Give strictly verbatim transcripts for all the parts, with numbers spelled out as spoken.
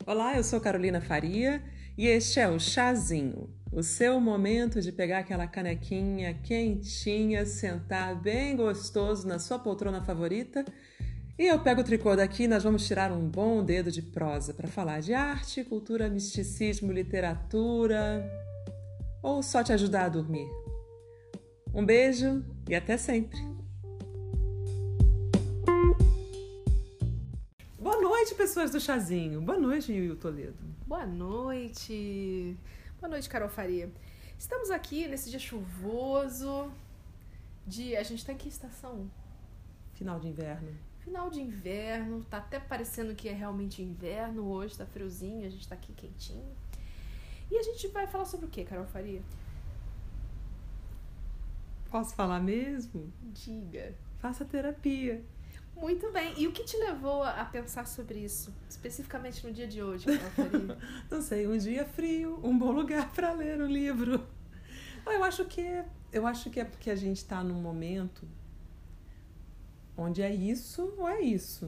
Olá, eu sou Carolina Faria e este é o Chazinho, o seu momento de pegar aquela canequinha quentinha, sentar bem gostoso na sua poltrona favorita e eu pego o tricô daqui e nós vamos tirar um bom dedo de prosa para falar de arte, cultura, misticismo, literatura ou só te ajudar a dormir. Um beijo e até sempre! Boa noite, pessoas do Chazinho. Boa noite, Yuyu Toledo. Boa noite. Boa noite, Carol Faria. Estamos aqui nesse dia chuvoso. De... A gente tá em que estação? Final de inverno. Final de inverno. Tá até parecendo que é realmente inverno hoje. Tá friozinho, a gente tá aqui quentinho. E a gente vai falar sobre o que, Carol Faria? Posso falar mesmo? Diga. Faça terapia. Muito bem. E o que te levou a pensar sobre isso? Especificamente no dia de hoje, Carol Faria? Não sei, um dia frio, um bom lugar para ler o livro. Eu acho que é, eu acho que é porque a gente está num momento onde é isso ou é isso.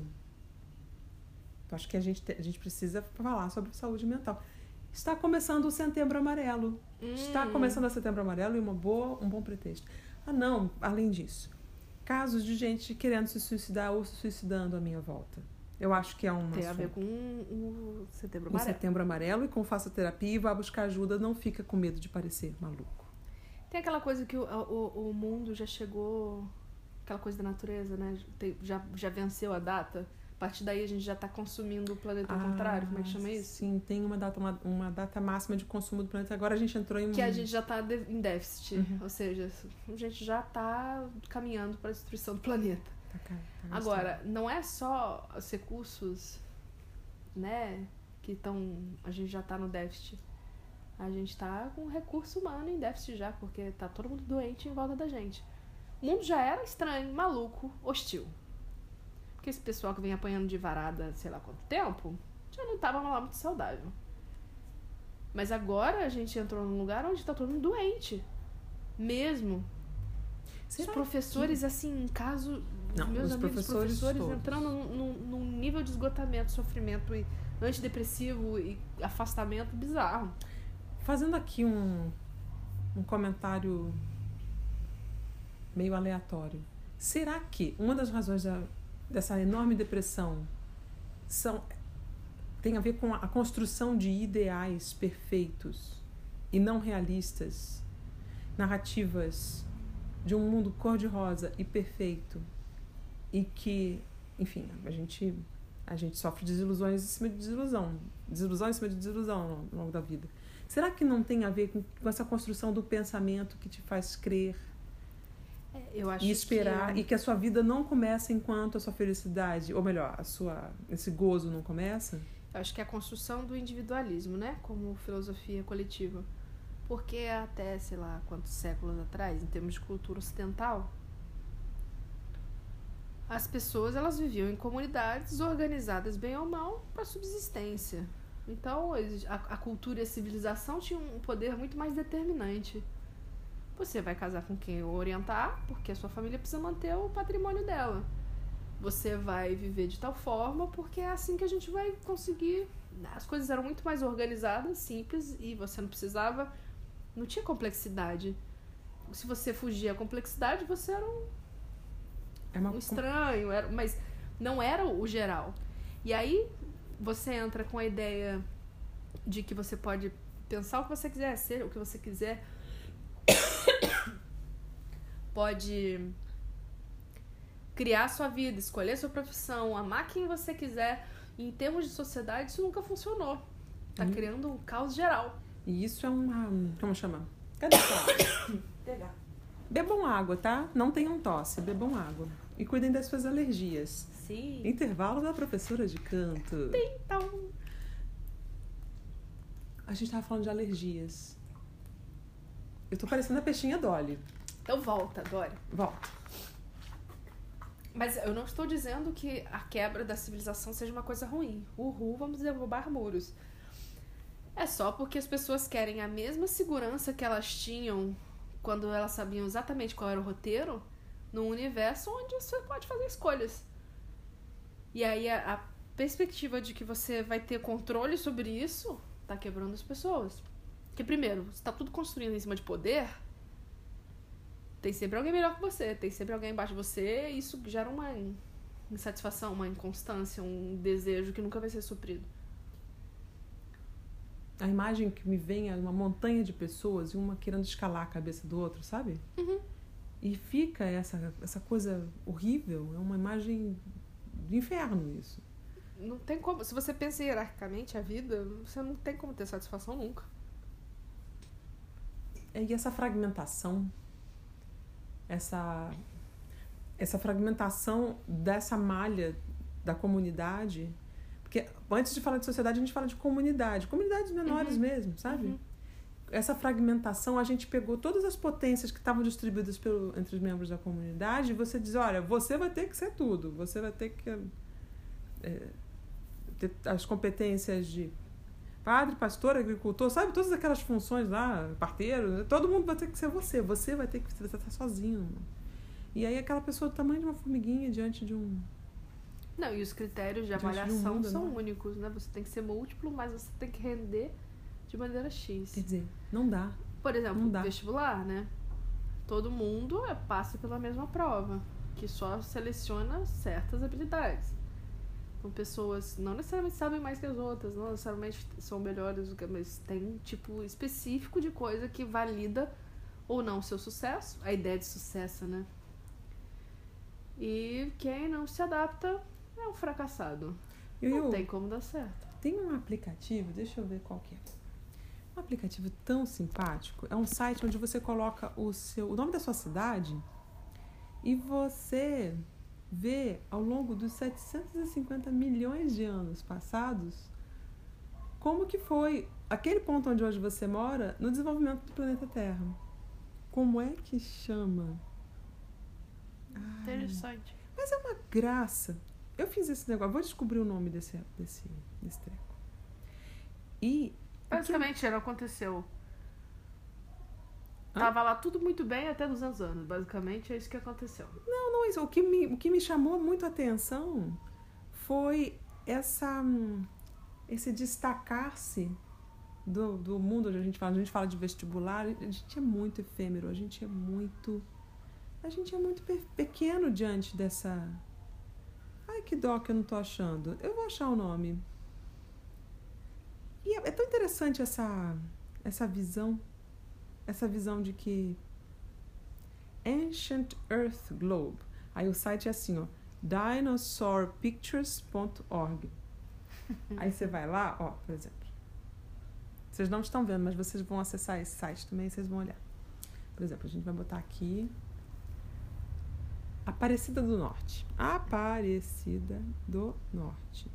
Eu acho que a gente, a gente precisa falar sobre saúde mental. Está começando o Setembro Amarelo. Hum. Está começando o Setembro Amarelo e uma boa, um bom pretexto. Ah, não, além disso. Casos de gente querendo se suicidar ou se suicidando à minha volta. Eu acho que é um... Tem a ver com o Setembro Amarelo. O Setembro Amarelo e com faça terapia e vá buscar ajuda, não fica com medo de parecer maluco. Tem aquela coisa que o, o, o mundo já chegou... Aquela coisa da natureza, né? Tem, já, já venceu a data. A partir daí a gente já está consumindo o planeta ao ah, contrário. Como é que chama isso? Sim, tem uma data, uma, uma data máxima de consumo do planeta. Agora a gente entrou em... Que a gente já está em déficit. Uhum. Ou seja, a gente já está caminhando para a destruição do planeta. Tá, tá, tá Agora, não é só os recursos, né, que estão... A gente já está no déficit. A gente está com recurso humano em déficit já, porque está todo mundo doente em volta da gente. O mundo já era estranho, maluco, hostil. Porque esse pessoal que vem apanhando de varada, sei lá quanto tempo, já não estava lá muito saudável. Mas agora a gente entrou num lugar onde está todo mundo doente. Mesmo. Será os professores, que... assim, em caso... Não, meus os amigos professores, professores entrando num, num nível de esgotamento, sofrimento e antidepressivo e afastamento bizarro. Fazendo aqui um, um comentário meio aleatório. Será que uma das razões da dessa enorme depressão são, tem a ver com a construção de ideais perfeitos e não realistas, narrativas de um mundo cor-de-rosa e perfeito e que, enfim, a gente, a gente sofre desilusões em cima de desilusão, desilusão em cima de desilusão ao longo da vida. Será que não tem a ver com, com essa construção do pensamento que te faz crer Eu acho e esperar, que... e que a sua vida não começa enquanto a sua felicidade, ou melhor, a sua, esse gozo não começa? Eu acho que é a construção do individualismo, né? Como filosofia coletiva. Porque até, sei lá, quantos séculos atrás, em termos de cultura ocidental, as pessoas, elas viviam em comunidades organizadas bem ou mal para subsistência. Então, a, a cultura e a civilização tinham um poder muito mais determinante. Você vai casar com quem orientar, porque a sua família precisa manter o patrimônio dela. Você vai viver de tal forma, porque é assim que a gente vai conseguir... As coisas eram muito mais organizadas, simples, e você não precisava... Não tinha complexidade. Se você fugia à complexidade, você era um, é uma... um estranho, era... mas não era o geral. E aí, você entra com a ideia de que você pode pensar o que você quiser, ser o que você quiser... Pode criar sua vida, escolher sua profissão, amar quem você quiser. E em termos de sociedade, isso nunca funcionou. Tá hum. criando um caos geral. E isso é uma... Como chama? Cadê a água? Pegar. Bebam água, tá? Não tenham tosse, bebam água. E cuidem das suas alergias. Sim. Intervalo da professora de canto. Então. A gente tava falando de alergias. Eu tô parecendo a peixinha Dolly. Então volta, Dori. Volta. Mas eu não estou dizendo que a quebra da civilização seja uma coisa ruim. Uhul, vamos derrubar muros. É só porque as pessoas querem a mesma segurança que elas tinham quando elas sabiam exatamente qual era o roteiro, num universo onde você pode fazer escolhas. E aí a, a perspectiva de que você vai ter controle sobre isso tá quebrando as pessoas. Porque, primeiro, você tá tudo construindo em cima de poder, tem sempre alguém melhor que você, tem sempre alguém embaixo de você, e isso gera uma insatisfação, uma inconstância, um desejo que nunca vai ser suprido. A imagem que me vem é uma montanha de pessoas e uma querendo escalar a cabeça do outro, sabe? Uhum. E fica essa, essa coisa horrível, é uma imagem do inferno isso. Não tem como, se você pensa hierarquicamente a vida, você não tem como ter satisfação nunca. E essa fragmentação, essa, essa fragmentação dessa malha da comunidade, porque antes de falar de sociedade a gente fala de comunidade, comunidades menores, uhum, mesmo, sabe? Uhum. Essa fragmentação, a gente pegou todas as potências que estavam distribuídas pelo, entre os membros da comunidade, e você diz, olha, você vai ter que ser tudo, você vai ter que é, ter as competências de padre, pastor, agricultor, sabe? Todas aquelas funções lá, parteiro, todo mundo vai ter que ser você. Você vai ter que você estar sozinho. Mano. E aí aquela pessoa do tamanho de uma formiguinha diante de um... Não, e os critérios de avaliação de um mundo, são, né, únicos, né? Você tem que ser múltiplo, mas você tem que render de maneira X. Quer dizer, não dá. Por exemplo, vestibular, né? Todo mundo é, passa pela mesma prova, que só seleciona certas habilidades. Então, pessoas não necessariamente sabem mais que as outras, não necessariamente são melhores, mas tem um tipo específico de coisa que valida ou não o seu sucesso, a ideia de sucesso, né? E quem não se adapta é um fracassado. Eu, não eu, tem como dar certo. Tem um aplicativo, deixa eu ver qual que é. Um aplicativo tão simpático. É um site onde você coloca o, seu, o nome da sua cidade e você... vê ao longo dos setecentos e cinquenta milhões de anos passados como que foi aquele ponto onde hoje você mora no desenvolvimento do planeta Terra. Como é que chama? Interessante. Ai, mas é uma graça. Eu fiz esse negócio, vou descobrir o nome desse, desse, desse treco. E... basicamente, que... não aconteceu. Tava lá tudo muito bem até duzentos anos. Basicamente, é isso que aconteceu. Não, não, isso. O que me, o que me chamou muito a atenção foi essa, esse destacar-se do, do mundo onde a gente fala. A gente fala de vestibular, a gente é muito efêmero, a gente é muito... A gente é muito pequeno diante dessa... Ai, que dó que eu não tô achando. Eu vou achar o nome. E é, é tão interessante essa, essa visão... Essa visão de que Ancient Earth Globe. Aí o site é assim, ó, dinosaur pictures ponto org. Aí você vai lá, ó, por exemplo. Vocês não estão vendo, mas vocês vão acessar esse site também e vocês vão olhar. Por exemplo, a gente vai botar aqui Aparecida do Norte. Aparecida do Norte.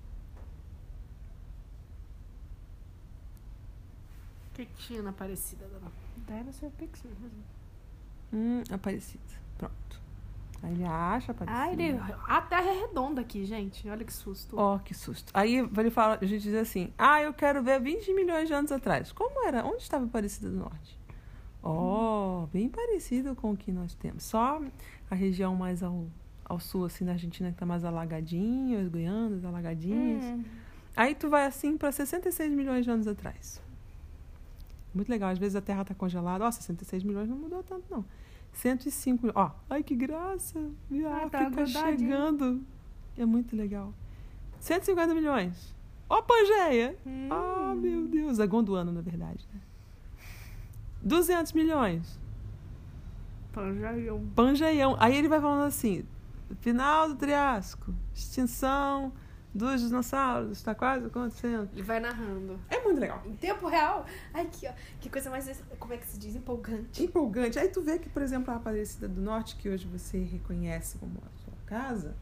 O que tinha na Aparecida do Norte? Dinosaur Pictures mesmo. Hum, Aparecida. Pronto. Aí ele acha Aparecida. Ah, ele... A Terra é redonda aqui, gente. Olha que susto. Ó, oh, que susto. Aí ele fala, a gente diz assim, ah, eu quero ver vinte milhões de anos atrás. Como era? Onde estava Aparecida do Norte? Ó, oh, bem parecido com o que nós temos. Só a região mais ao, ao sul, assim, na Argentina, que tá mais alagadinho, as Guianas alagadinhas. Hum. Aí tu vai, assim, para sessenta e seis milhões de anos atrás. Muito legal. Às vezes a Terra tá congelada. Ó, sessenta e seis milhões não mudou tanto, não. cento e cinco milhões. Ó, ai, que graça. E a África chegando. É muito legal. cento e cinquenta milhões. Ó, Pangeia. Hum. Oh, meu Deus. É Gondwana, na verdade, né? duzentos milhões. Pangeião. Pangeião. Aí ele vai falando assim, final do Triássico, extinção dos dinossauros, está quase acontecendo. E vai narrando. É muito legal. Em tempo real. Ai, que, que coisa mais, como é que se diz? Empolgante. Empolgante. Aí tu vê que, por exemplo, a Aparecida do Norte, que hoje você reconhece como a sua casa,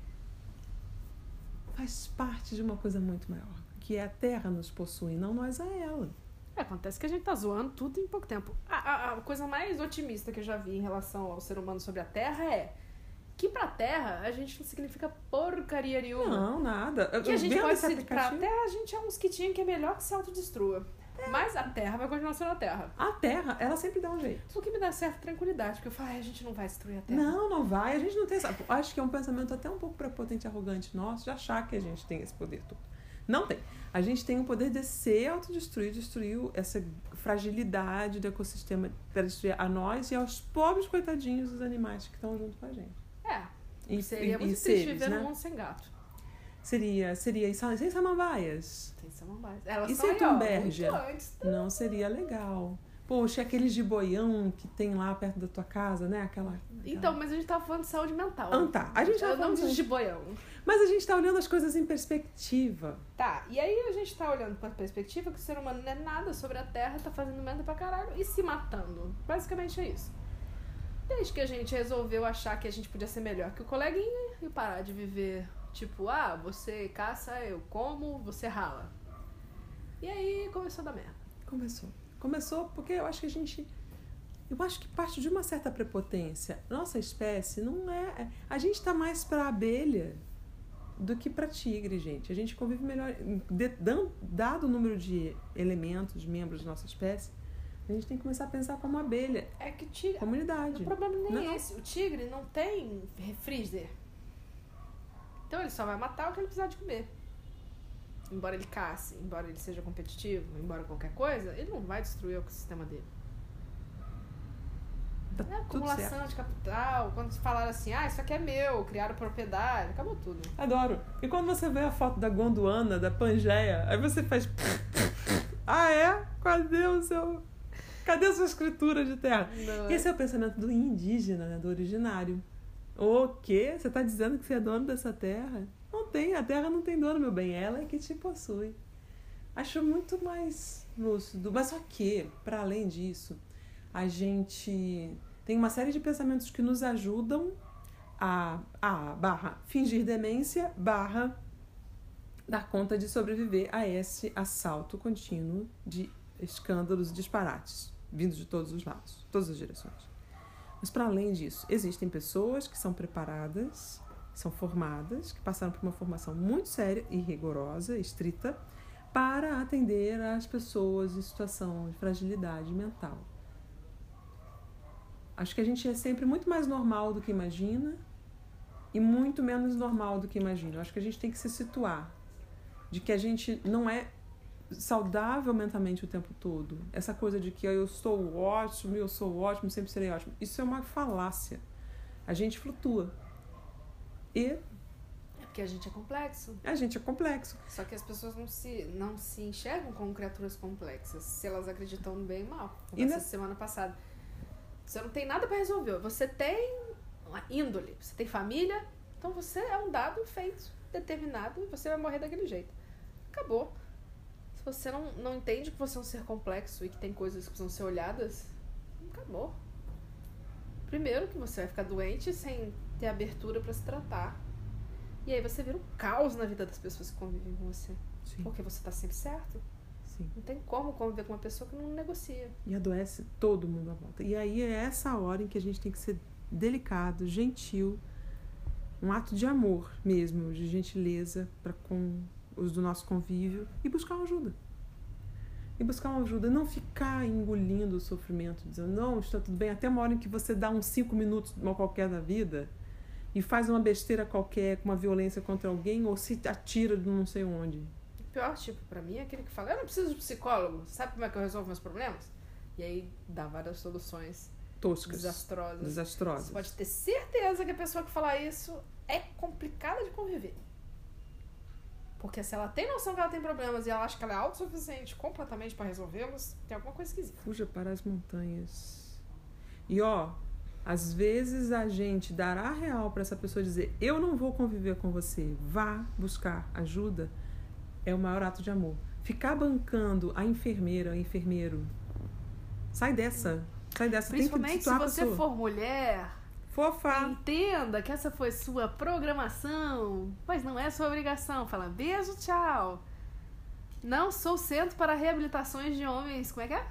faz parte de uma coisa muito maior, que é a Terra nos possui, não nós a ela. É, acontece que a gente tá zoando tudo em pouco tempo. A, a, a coisa mais otimista que eu já vi em relação ao ser humano sobre a Terra é que pra Terra a gente não significa porcaria nenhuma. Não, nada. Que a gente pode ser pra Terra, a gente é um mosquitinho que é melhor que se autodestrua. Mas a Terra vai continuar sendo a Terra. A Terra, ela sempre dá um jeito. O que me dá certa tranquilidade, porque eu falo, a gente não vai destruir a Terra. Não, não vai. A gente não tem essa... Acho que é um pensamento até um pouco prepotente e arrogante nosso de achar que a gente tem esse poder todo. Não tem. A gente tem o poder de se autodestruir, destruir essa fragilidade do ecossistema para destruir a nós e aos pobres coitadinhos dos animais que estão junto com a gente. É. E, seria e, muito e triste seres, viver né? num mundo sem gato. Seria, seria sem samambaias. Sem samambaias. Elas E estão sem aí, ó, Tumbergia? muito antes. Não seria legal. Poxa, aqueles de boião que tem lá perto da tua casa, né? Aquela, aquela... Então, mas a gente tava falando de saúde mental. Ah, tá. A gente Eu tava não falando disse de... de boião. Mas a gente tá olhando as coisas em perspectiva. Tá, e aí a gente tá olhando pra perspectiva que o ser humano não é nada sobre a Terra, tá fazendo merda pra caralho e se matando. Basicamente é isso. Desde que a gente resolveu achar que a gente podia ser melhor que o coleguinha e parar de viver, tipo, ah, você caça, eu como, você rala. E aí começou a dar merda. Começou. Começou porque eu acho que a gente... Eu acho que parte de uma certa prepotência. Nossa espécie não é... A gente tá mais pra abelha do que pra tigre, gente. A gente convive melhor... De, dado o número de elementos, membros da nossa espécie, a gente tem que começar a pensar como abelha. É que o tigre... Comunidade. O problema nem não. é esse. O tigre não tem freezer. Então ele só vai matar o que ele precisar de comer. Embora ele casse, embora ele seja competitivo, embora qualquer coisa, ele não vai destruir o ecossistema dele. Tá É tudo acumulação certo. de capital. Quando falaram assim, ah, isso aqui é meu, criaram propriedade, acabou tudo. Adoro. E quando você vê a foto da Gondwana, da Pangeia, aí você faz... Ah, é? Cadê o seu... Cadê a sua escritura de terra? Não, Esse é o pensamento do indígena, né? Do originário. O quê? Você está dizendo que você é dono dessa terra? Não tem, a terra não tem dono, meu bem. Ela é que te possui. Acho muito mais lúcido. Mas só que, para além disso, a gente tem uma série de pensamentos que nos ajudam a, a barra fingir demência, barra dar conta de sobreviver a esse assalto contínuo de escândalos e disparates, vindos de todos os lados, todas as direções. Mas, para além disso, existem pessoas que são preparadas, são formadas, que passaram por uma formação muito séria e rigorosa, estrita, para atender as pessoas em situação de fragilidade mental. Acho que a gente é sempre muito mais normal do que imagina e muito menos normal do que imagina. Acho que a gente tem que se situar de que a gente não é saudável mentalmente o tempo todo. Essa coisa de que eu sou ótimo, eu sou ótimo, sempre serei ótimo. Isso é uma falácia. A gente flutua. E é porque a gente é complexo. a gente é complexo. Só que as pessoas não se, não se enxergam como criaturas complexas, se elas acreditam no bem e mal. E Essa na... semana passada. Você não tem nada pra resolver. Você tem uma índole, você tem família, então você é um dado feito, determinado, e você vai morrer daquele jeito. Acabou. Se você não, não entende que você é um ser complexo e que tem coisas que precisam ser olhadas, acabou. Primeiro que você vai ficar doente sem ter abertura pra se tratar. E aí você vira um caos na vida das pessoas que convivem com você. Sim. Porque você tá sempre certo. Sim. Não tem como conviver com uma pessoa que não negocia. E adoece todo mundo à volta. E aí é essa hora em que a gente tem que ser delicado, gentil, um ato de amor mesmo, de gentileza para com os do nosso convívio e buscar uma ajuda. E buscar uma ajuda, não ficar engolindo o sofrimento, dizendo, não, está tudo bem, até uma hora em que você dá uns cinco minutos de uma qualquer da vida e faz uma besteira qualquer, com uma violência contra alguém, ou se atira de não sei onde. O pior tipo pra mim é aquele que fala, eu não preciso de psicólogo, sabe como é que eu resolvo meus problemas? E aí dá várias soluções Toscas. desastrosas. Desastrosas. Você pode ter certeza que a pessoa que falar isso é complicada de conviver. Porque se ela tem noção que ela tem problemas e ela acha que ela é autossuficiente completamente pra resolvê-los, tem alguma coisa esquisita. Fuja para as montanhas. E ó, às vezes a gente dará real para essa pessoa dizer, eu não vou conviver com você, vá buscar ajuda, é o maior ato de amor. Ficar bancando a enfermeira, o enfermeiro, sai dessa, sai dessa. Principalmente tem que se situar a você pessoa. for mulher, Fofa. entenda que essa foi sua programação, mas não é sua obrigação. Fala, beijo, tchau. Não sou centro para reabilitações de homens, como é que é?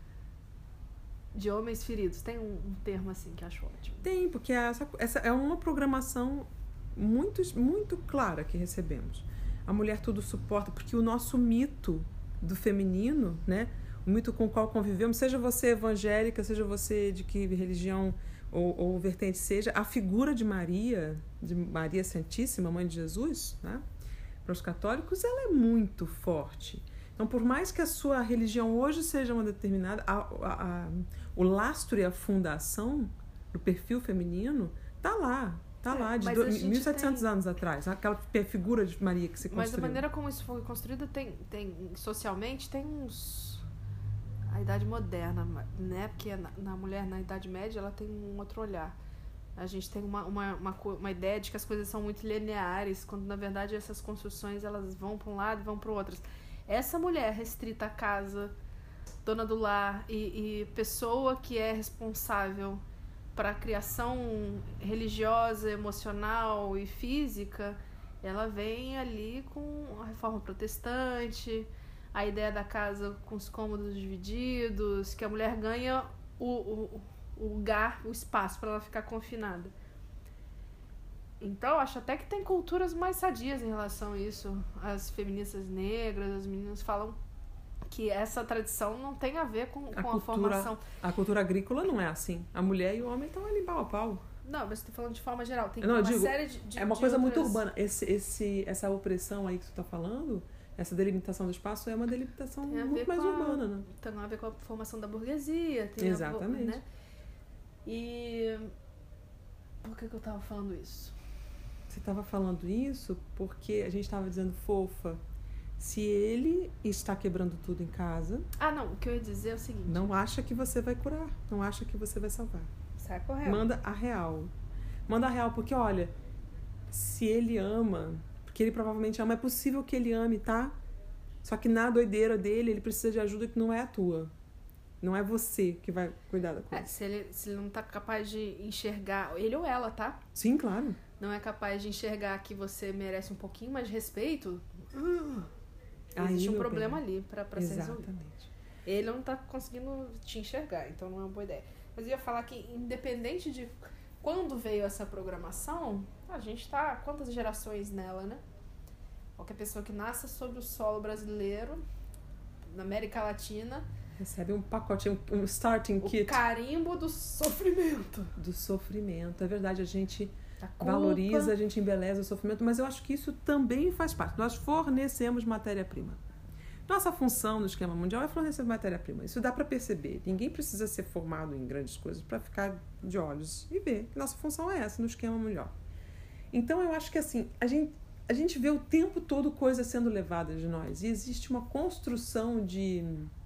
De homens feridos. Tem um, um termo assim que eu acho ótimo. Tem, porque essa, essa é uma programação muito, muito clara que recebemos. A mulher tudo suporta, porque o nosso mito do feminino, né? O mito com o qual convivemos, seja você evangélica, seja você de que religião ou, ou vertente seja, a figura de Maria, de Maria Santíssima, Mãe de Jesus, né? Para os católicos, ela é muito forte. Então, por mais que a sua religião hoje seja uma determinada, a, a, a, o lastro e a fundação do perfil feminino está lá. Está lá, de do, mil e setecentos tem... anos atrás. Aquela figura de Maria que se construiu. Mas a maneira como isso foi construído, tem, tem, socialmente, tem uns... A Idade Moderna, né? Porque na, na mulher, na Idade Média, ela tem um outro olhar. A gente tem uma, uma, uma, uma ideia de que as coisas são muito lineares, quando, na verdade, essas construções, elas vão para um lado e vão para o outro. Essa mulher restrita à casa, dona do lar e, e pessoa que é responsável para a criação religiosa, emocional e física, ela vem ali com a reforma protestante, a ideia da casa com os cômodos divididos, que a mulher ganha o, o, o lugar, o espaço para ela ficar confinada. Então, acho até que tem culturas mais sadias em relação a isso. As feministas negras, as meninas falam que essa tradição não tem a ver com, a, com cultura, a formação. A cultura agrícola não é assim. A mulher e o homem estão ali pau a pau. Não, mas estou falando de forma geral. Tem não, uma digo, série de, de é uma de coisa outras... muito urbana. Esse, esse, essa opressão aí que você está falando, essa delimitação do espaço é uma delimitação muito mais urbana, né? Tem a ver com a formação da burguesia. Tem Exatamente. A, né? E por que, que eu estava falando isso? Você estava falando isso porque a gente estava dizendo, fofa, se ele está quebrando tudo em casa... Ah, não, o que eu ia dizer é o seguinte... Não acha que você vai curar, não acha que você vai salvar. Sai correto. Manda a real. Manda a real, porque, olha, se ele ama, porque ele provavelmente ama, é possível que ele ame, tá? Só que na doideira dele, ele precisa de ajuda que não é a tua. Não é você que vai cuidar da coisa. É, se ele, se ele não tá capaz de enxergar... Ele ou ela, tá? Sim, claro. Não é capaz de enxergar que você merece um pouquinho mais de respeito... Uh, Aí, existe um problema bem. ali pra, pra ser resolvido. Exatamente. Ele não tá conseguindo te enxergar, então não é uma boa ideia. Mas eu ia falar que, independente de quando veio essa programação, a gente tá... Quantas gerações nela, né? Qualquer pessoa que nasça sobre o solo brasileiro, na América Latina... Recebe um pacote, um, um starting o kit. O carimbo do sofrimento. Do sofrimento. É verdade, a gente... A valoriza, a gente embeleza o sofrimento, mas eu acho que isso também faz parte. Nós fornecemos matéria-prima. Nossa função no esquema mundial é fornecer matéria-prima. Isso dá para perceber. Ninguém precisa ser formado em grandes coisas para ficar de olhos e ver que nossa função é essa no esquema mundial. Então, eu acho que assim, a gente, a gente vê o tempo todo coisas sendo levadas de nós. E existe uma construção de,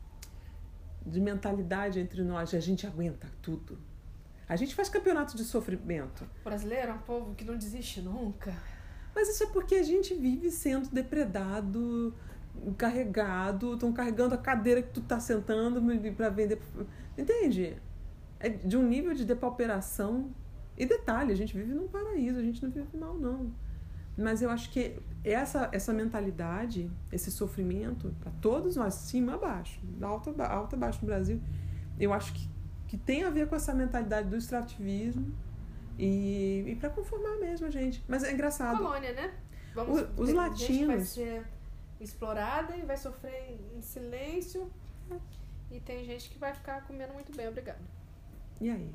de mentalidade entre nós. A gente aguenta tudo. A gente faz campeonato de sofrimento. O brasileiro é um povo que não desiste nunca. Mas isso é porque a gente vive sendo depredado, carregado, estão carregando a cadeira que tu tá sentando para vender. Entende? É de um nível de depauperação. E detalhe, a gente vive num paraíso, a gente não vive mal, não. Mas eu acho que essa, essa mentalidade, esse sofrimento, para todos nós, cima a baixo, alto a baixo do Brasil, eu acho que que tem a ver com essa mentalidade do extrativismo e, e para conformar mesmo a gente. Mas é engraçado. Colônia, né? Vamos, o, os latinos... gente vai ser explorada e vai sofrer em silêncio e tem gente que vai ficar comendo muito bem, obrigada. E aí?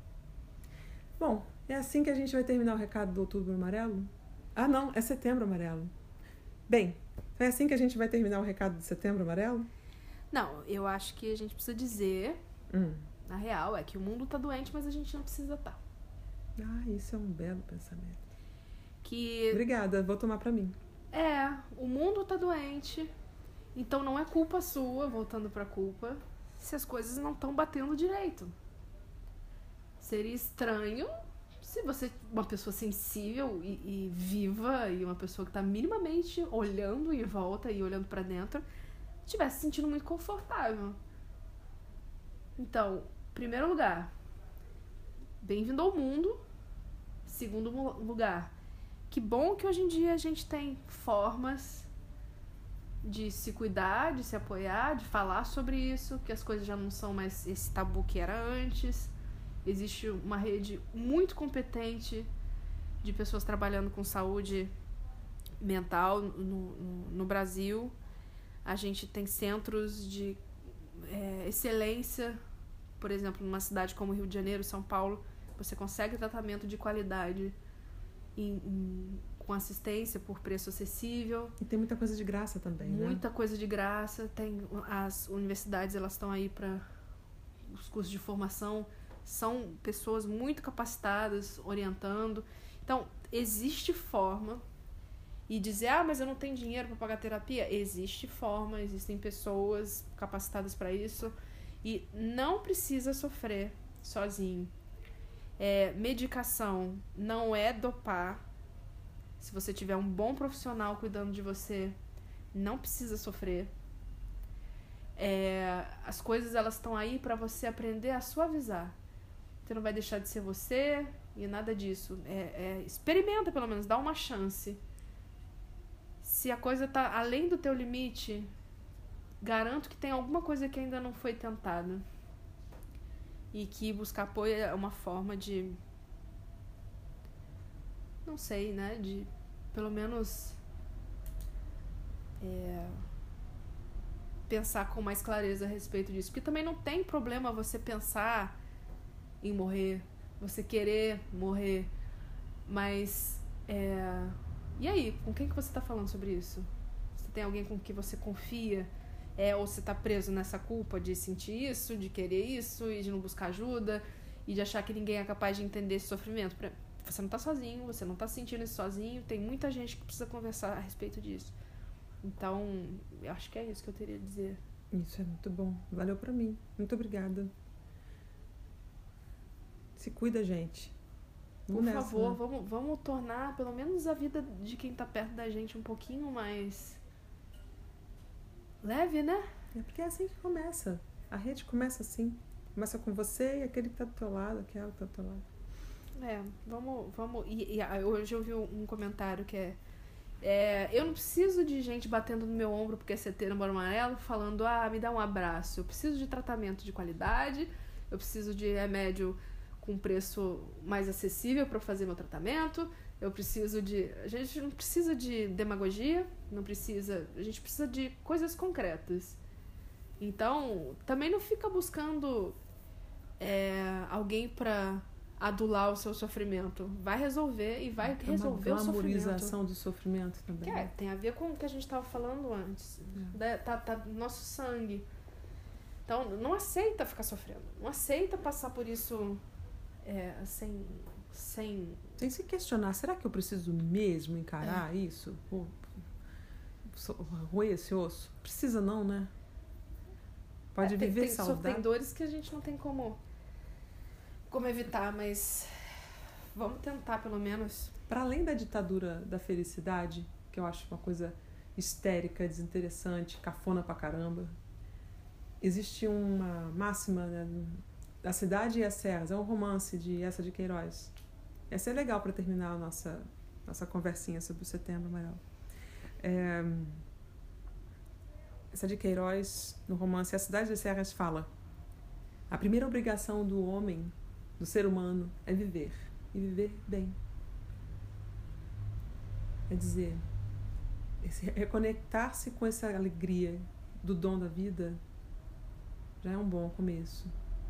Bom, é assim que a gente vai terminar o recado do Outubro Amarelo? Ah, não, é Setembro Amarelo. Bem, é assim que a gente vai terminar o recado do Setembro Amarelo? Não, eu acho que a gente precisa dizer... Hum. Na real, é que o mundo tá doente, mas a gente não precisa estar. Ah, isso é um belo pensamento. Que... Obrigada, vou tomar pra mim. É, o mundo tá doente, então não é culpa sua, voltando pra culpa, se as coisas não estão batendo direito. Seria estranho se você, uma pessoa sensível e, e viva, e uma pessoa que tá minimamente olhando em volta e olhando pra dentro, estivesse se sentindo muito confortável. Então, primeiro lugar, bem-vindo ao mundo. Segundo lugar, que bom que hoje em dia a gente tem formas de se cuidar, de se apoiar, de falar sobre isso, que as coisas já não são mais esse tabu que era antes. Existe uma rede muito competente de pessoas trabalhando com saúde mental no, no, no Brasil. A gente tem centros de é, excelência, por exemplo, numa cidade como Rio de Janeiro, São Paulo, você consegue tratamento de qualidade em, em, com assistência por preço acessível. E tem muita coisa de graça também, Muita né? coisa de graça. Tem, as universidades, elas estão aí para os cursos de formação, são pessoas muito capacitadas, orientando. Então, existe forma. E dizer, ah, mas eu não tenho dinheiro para pagar terapia. Existe forma, existem pessoas capacitadas para isso. E não precisa sofrer sozinho. É, medicação não é dopar. Se você tiver um bom profissional cuidando de você, não precisa sofrer. É, as coisas, elas estão aí para você aprender a suavizar. Você não vai deixar de ser você e nada disso. É, é, experimenta, pelo menos, dá uma chance. Se a coisa tá além do teu limite, garanto que tem alguma coisa que ainda não foi tentada. E que buscar apoio é uma forma de... Não sei, né? De, pelo menos... É, pensar com mais clareza a respeito disso. Porque também não tem problema você pensar em morrer. Você querer morrer. Mas... É, e aí, com quem que você está falando sobre isso? Você tem alguém com que você confia? É, ou você está preso nessa culpa de sentir isso, de querer isso, e de não buscar ajuda, e de achar que ninguém é capaz de entender esse sofrimento? Você não está sozinho, você não está sentindo isso sozinho, tem muita gente que precisa conversar a respeito disso. Então, eu acho que é isso que eu teria a dizer. Isso é muito bom. Valeu pra mim. Muito obrigada. Se cuida, gente. Por nessa, favor, né? vamos, vamos tornar pelo menos a vida de quem tá perto da gente um pouquinho mais leve, né? É porque é assim que começa. A rede começa assim. Começa com você e aquele que tá do teu lado, aquela que tá do teu lado. É, vamos... vamos e, e hoje eu vi um comentário que é, é... Eu não preciso de gente batendo no meu ombro porque é setembro amarelo, falando, ah, me dá um abraço. Eu preciso de tratamento de qualidade, eu preciso de remédio com preço mais acessível para fazer meu tratamento, eu preciso de... A gente não precisa de demagogia, não precisa... A gente precisa de coisas concretas. Então, também não fica buscando é, alguém para adular o seu sofrimento. Vai resolver e vai é resolver o sofrimento. Uma glamorização do sofrimento também. Que é, tem a ver com o que a gente estava falando antes. É. Tá, tá no nosso sangue. Então, não aceita ficar sofrendo. Não aceita passar por isso... É, sem, sem... sem se questionar, será que eu preciso mesmo encarar é. isso? Roer esse osso? Precisa não, né? Pode é, tem, viver tem, saudável. Tem dores que a gente não tem como, como evitar, mas vamos tentar pelo menos. Para além da ditadura da felicidade, que eu acho uma coisa histérica, desinteressante, cafona pra caramba, existe uma máxima, né? A Cidade e as Serras, é um romance de Eça de Queiroz. Essa é legal para terminar a nossa, nossa conversinha sobre o Setembro Amarelo. É, Eça de Queiroz, no romance A Cidade e as Serras, fala: a primeira obrigação do homem, do ser humano, é viver. E viver bem. É dizer, reconectar-se com essa alegria do dom da vida já é um bom começo.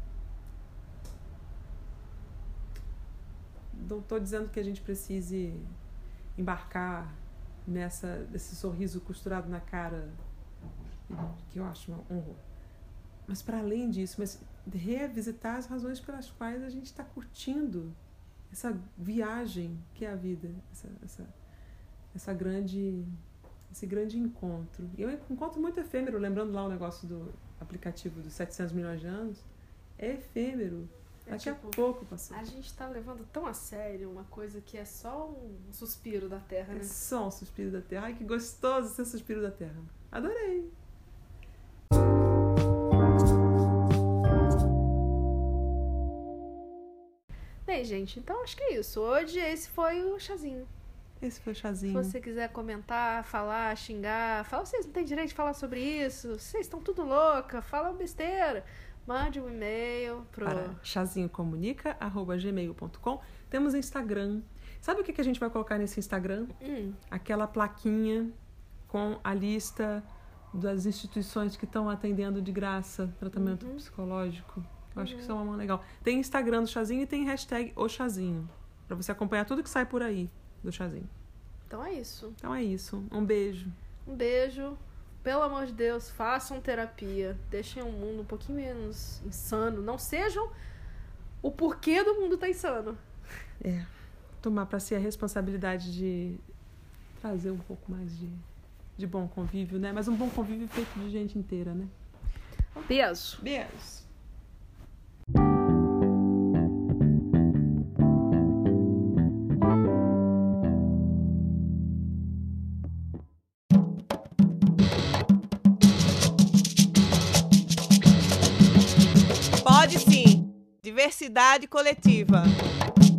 Não estou dizendo que a gente precise embarcar nessa, desse sorriso costurado na cara, que eu acho um horror. Mas para além disso, mas revisitar as razões pelas quais a gente está curtindo essa viagem que é a vida, essa, essa, essa grande, esse grande encontro. E é um encontro muito efêmero, lembrando lá o negócio do aplicativo dos setecentos milhões de anos, é efêmero. Daqui é tipo, a pouco passou. A gente tá levando tão a sério uma coisa que é só um suspiro da terra, né? É só um suspiro da terra. Ai, que gostoso ser suspiro da terra. Adorei. Bem, gente, então acho que é isso. Hoje esse foi o chazinho. Esse foi o chazinho. Se você quiser comentar, falar, xingar, fala, vocês não têm direito de falar sobre isso, vocês estão tudo louca, fala besteira. Mande um e-mail pro... para chazinho comunica arroba gmail ponto com. Temos Instagram. Sabe o que a gente vai colocar nesse Instagram? Hum. Aquela plaquinha com a lista das instituições que estão atendendo de graça tratamento Uhum. psicológico. Eu acho Uhum. que isso é uma mão legal. Tem Instagram do Chazinho e tem hashtag o Chazinho, para você acompanhar tudo que sai por aí do Chazinho. Então é isso. Então é isso. Um beijo. Um beijo. Pelo amor de Deus, façam terapia. Deixem o mundo um pouquinho menos insano. Não sejam o porquê do mundo tá insano. É. Tomar para si a responsabilidade de trazer um pouco mais de, de bom convívio, né? Mas um bom convívio feito de gente inteira, né? Um beijo. Beijos. Pode sim. Diversidade coletiva.